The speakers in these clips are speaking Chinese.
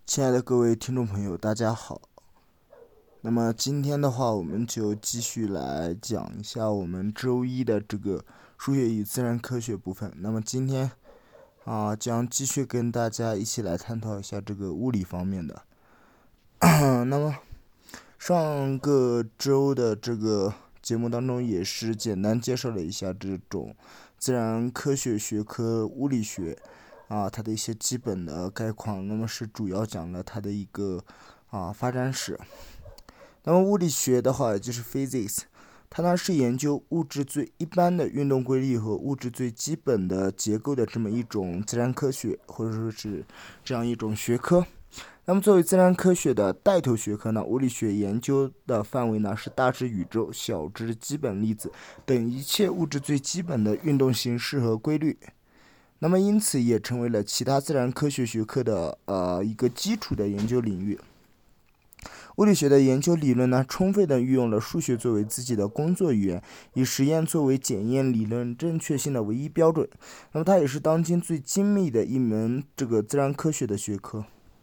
亲爱的各位听众朋友，大家好。那么今天的话，我们就继续来讲一下我们周一的这个数学与自然科学部分。那么今天将继续跟大家一起来探讨一下这个物理方面的。那么上个周的这个节目当中，也是简单介绍了一下这种自然科学学科物理学它的一些基本的概况。那么是主要讲了它的一个发展史。那么物理学的话，也就是 physics， 它呢是研究物质最一般的运动规律和物质最基本的结构的这么一种自然科学，或者说是这样一种学科。那么作为自然科学的带头学科呢，物理学研究的范围呢是大至宇宙，小至基本粒子等一切物质最基本的运动形式和规律。那么因此也成为了其他自然科学学科的一个基础的研究领域。物理学的研究理论呢，充分的运用了数学作为自己的工作语言，以实验作为检验理论正确性的唯一标准。那么它也是当今最精密的一门这个自然科学的学科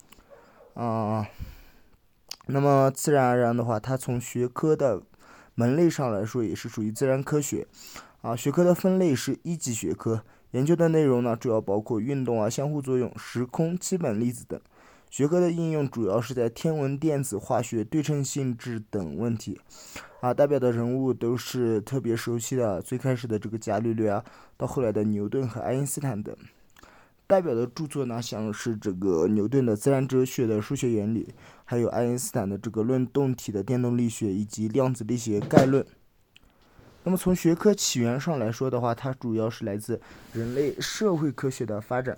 那么自然而然的话，它从学科的门类上来说，也是属于自然科学学科的分类是一级学科，研究的内容呢，主要包括运动相互作用、时空、基本粒子等。学科的应用主要是在天文、电子、化学、对称性质等问题代表的人物都是特别熟悉的，最开始的这个伽利略到后来的牛顿和爱因斯坦等。代表的著作呢，像是这个牛顿的自然哲学的数学原理，还有爱因斯坦的这个论动体的电动力学以及量子力学概论。那么从学科起源上来说的话，它主要是来自人类社会科学的发展。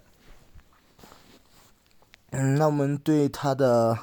那我们对它的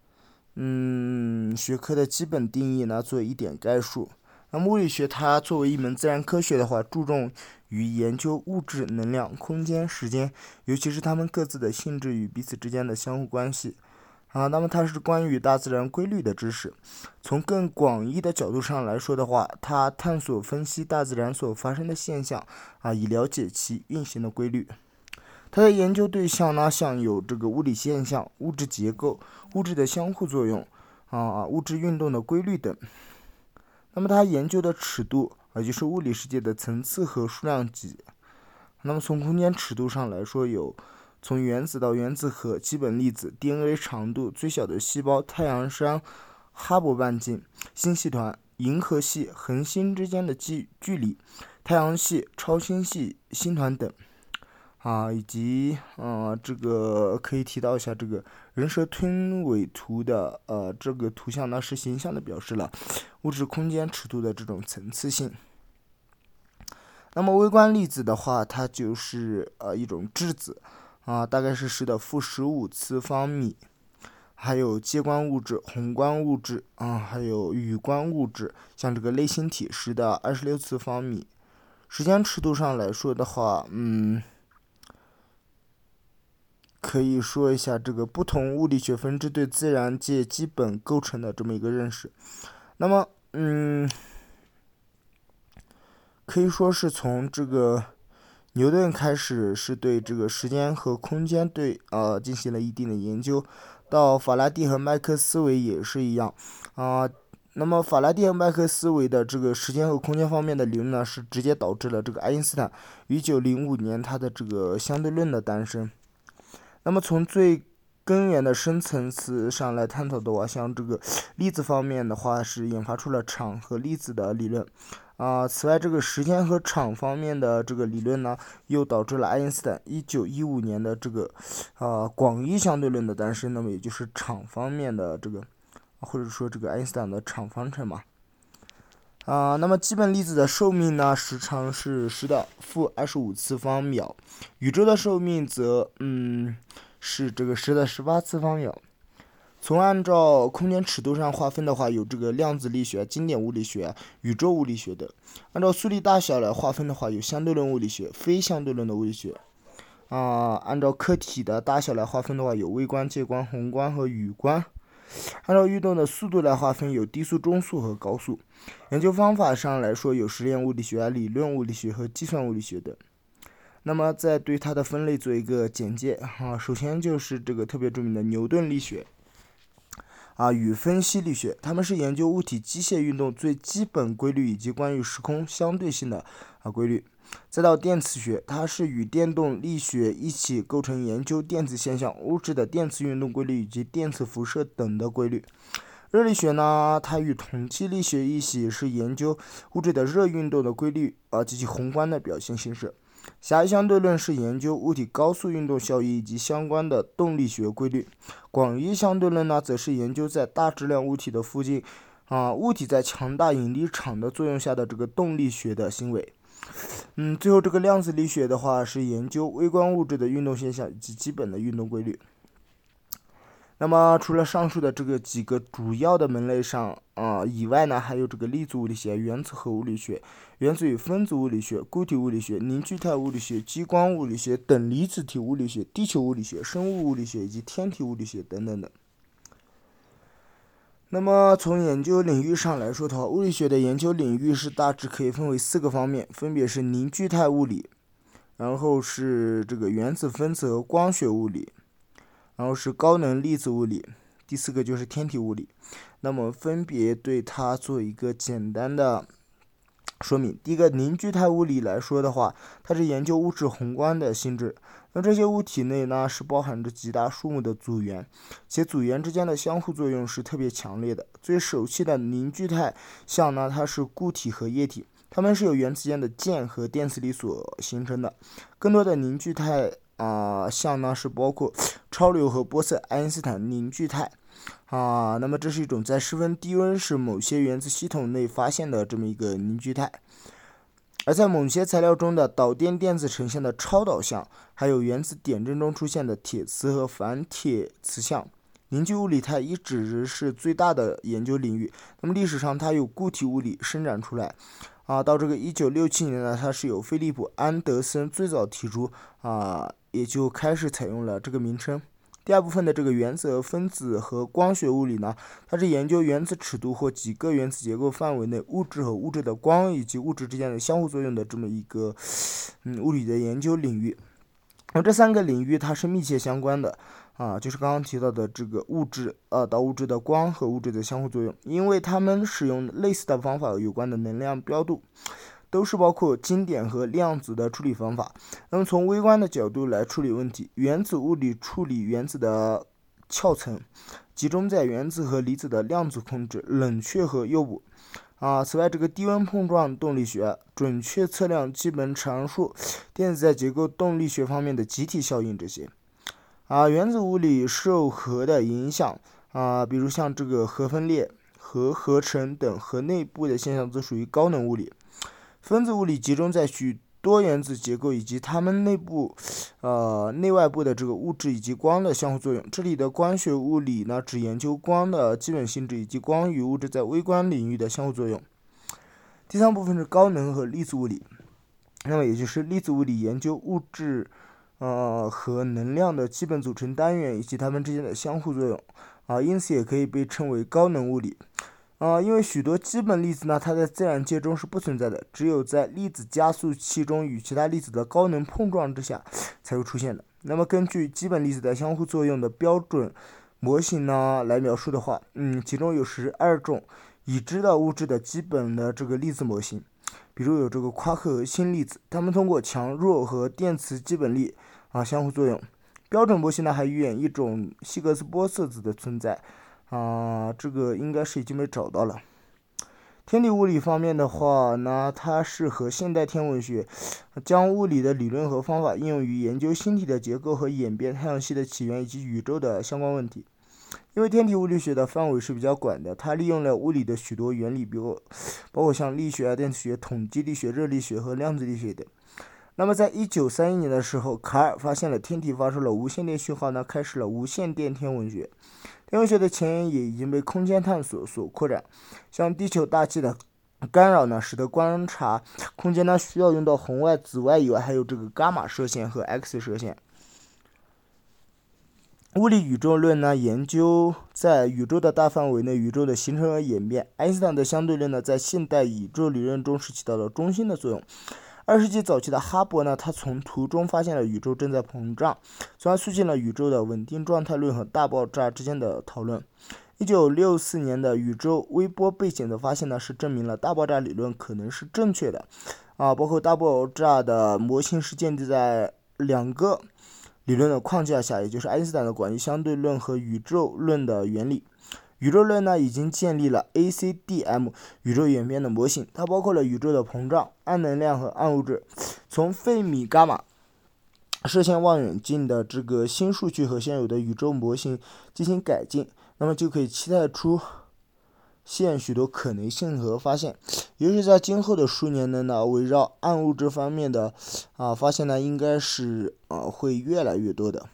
学科的基本定义呢做一点概述。那么物理学它作为一门自然科学的话，注重于研究物质、能量、空间、时间，尤其是它们各自的性质与彼此之间的相互关系那么它是关于大自然规律的知识。从更广义的角度上来说的话，它探索分析大自然所发生的现象以了解其运行的规律。它的研究对象呢，像有这个物理现象、物质结构、物质的相互作用物质运动的规律等。那么它研究的尺度就是物理世界的层次和数量级。那么从空间尺度上来说，有从原子到原子核、基本粒子、DNA 长度、最小的细胞、太阳山、哈勃半径、星系团、银河系、恒星之间的距离、太阳系、超星系、星团等。以及这个可以提到一下这个人蛇吞尾图的这个图像呢，是形象的表示了物质空间尺度的这种层次性。那么微观粒子的话，它就是一种质子大概是10的负15次方米。还有介观物质、宏观物质还有宇观物质，像这个类星体10的26次方米。时间尺度上来说的话，可以说一下这个不同物理学分支对自然界基本构成的这么一个认识。那么，可以说是从这个牛顿开始是对这个时间和空间进行了一定的研究，到法拉第和麦克斯韦也是一样那么法拉第和麦克斯韦的这个时间和空间方面的理论呢，是直接导致了这个爱因斯坦于1905年他的这个相对论的诞生。那么从最根源的深层次上来探讨的话，像这个粒子方面的话，是研发出了场和粒子的理论此外，这个时间和场方面的这个理论呢，又导致了爱因斯坦1915年的这个广义相对论的诞生。那么也就是场方面的这个，或者说这个爱因斯坦的场方程嘛。那么基本粒子的寿命呢，时长是10的负25次方秒，宇宙的寿命则是这个10的18次方秒。从按照空间尺度上划分的话，有这个量子力学、经典物理学、宇宙物理学等。按照速率大小来划分的话，有相对论物理学、非相对论的物理学。按照客体的大小来划分的话，有微观、介观、宏观和宇观。按照运动的速度来划分，有低速、中速和高速。研究方法上来说，有实验物理学、理论物理学和计算物理学等。 那么再对它的分类做一个简介首先就是这个特别著名的牛顿力学与分析力学，它们是研究物体机械运动最基本规律以及关于时空相对性的规律。再到电磁学，它是与电动力学一起构成研究电子现象、物质的电磁运动规律以及电磁辐射等的规律。热力学呢，它与统计力学一起是研究物质的热运动的规律及其宏观的表现形式。狭义相对论是研究物体高速运动效应以及相关的动力学规律。广义相对论呢，则是研究在大质量物体的附近物体在强大引力场的作用下的这个动力学的行为。最后这个量子力学的话是研究微观物质的运动现象以及基本的运动规律。那么除了上述的这个几个主要的门类上以外呢，还有这个粒子物理学、原子核物理学、原子与分子物理学、固体物理学、凝聚态物理学、激光物理学、等离子体物理学、地球物理学、生物物理学以及天体物理学等等的。那么从研究领域上来说的话，物理学的研究领域是大致可以分为4个方面，分别是凝聚态物理，然后是这个原子分子和光学物理，然后是高能粒子物理，第4个就是天体物理。那么分别对它做一个简单的说明。第一个凝聚态物理来说的话，它是研究物质宏观的性质。那这些物体内呢是包含着极大数目的组员，且组员之间的相互作用是特别强烈的。最熟悉的凝聚态项呢，它是固体和液体，它们是由原子间的键和电磁力所形成的。更多的凝聚态项呢是包括超流和波色爱因斯坦凝聚态那么这是一种在十分低温时某些原子系统内发现的这么一个凝聚态。而在某些材料中的导电电子呈现的超导相，还有原子点阵中出现的铁磁和反铁磁相。凝聚物理它一直是最大的研究领域。那么历史上它有固体物理伸展出来到这个1967年呢，它是由菲利普·安德森最早提出也就开始采用了这个名称。第二部分的这个原子和分子和光学物理呢，它是研究原子尺度或几个原子结构范围内物质和物质的光以及物质之间的相互作用的这么一个物理的研究领域。那这3个领域它是密切相关的就是刚刚提到的这个物质到物质的光和物质的相互作用，因为它们使用类似的方法有关的能量标度都是包括经典和量子的处理方法。那么从微观的角度来处理问题，原子物理处理原子的壳层，集中在原子和离子的量子控制、冷却和诱捕此外，这个低温碰撞动力学准确测量基本阐述电子在结构动力学方面的集体效应这些原子物理受核的影响比如像这个核分裂、核合成等核内部的现象则属于高能物理。分子物理集中在许多原子结构以及它们内部内外部的这个物质以及光的相互作用。这里的光学物理呢，只研究光的基本性质以及光与物质在微观领域的相互作用。第3部分是高能和粒子物理，那么也就是粒子物理研究物质和能量的基本组成单元以及它们之间的相互作用因此也可以被称为高能物理。因为许多基本粒子呢，它在自然界中是不存在的，只有在粒子加速器中与其他粒子的高能碰撞之下才会出现的。那么根据基本粒子的相互作用的标准模型呢来描述的话，其中有12种已知的物质的基本的这个粒子模型，比如有这个夸克和氢粒子，它们通过强弱和电磁基本力相互作用。标准模型呢还预言一种希格斯玻色子的存在这个应该是已经被找到了。天体物理方面的话呢，它是和现代天文学将物理的理论和方法应用于研究星体的结构和演变、太阳系的起源以及宇宙的相关问题。因为天体物理学的范围是比较广的，它利用了物理的许多原理，包括像力学电磁学、统计力学、热力学和量子力学等。那么在1931年的时候，卡尔发现了天体发出了无线电讯号呢，开始了无线电天文学。天文学的前沿也已经被空间探索所扩展，像地球大气的干扰呢，使得观察空间呢需要用到红外、紫外以外，还有这个伽马射线和 X 射线。物理宇宙论呢，研究在宇宙的大范围内宇宙的形成和演变。爱因斯坦的相对论呢，在现代宇宙理论中是起到了中心的作用。 20世纪早期的哈勃呢，他从图中发现了宇宙正在膨胀，从而促进了宇宙的稳定状态论和大爆炸之间的讨论。1964年的宇宙微波背景的发现呢，是证明了大爆炸理论可能是正确的。包括大爆炸的模型是建立在2个理论的框架下，也就是爱因斯坦的广义相对论和宇宙论的原理。宇宙论呢，已经建立了 ACDM 宇宙演变的模型，它包括了宇宙的膨胀、暗能量和暗物质。从费米伽马射线望远镜的这个新数据和现有的宇宙模型进行改进，那么就可以期待出现许多可能性和发现，尤其在今后的数年呢，围绕暗物质方面的发现呢，应该是会越来越多的。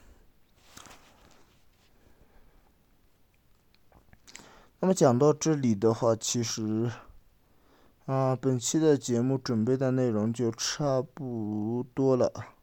那么讲到这里的话，其实本期的节目准备的内容就差不多了。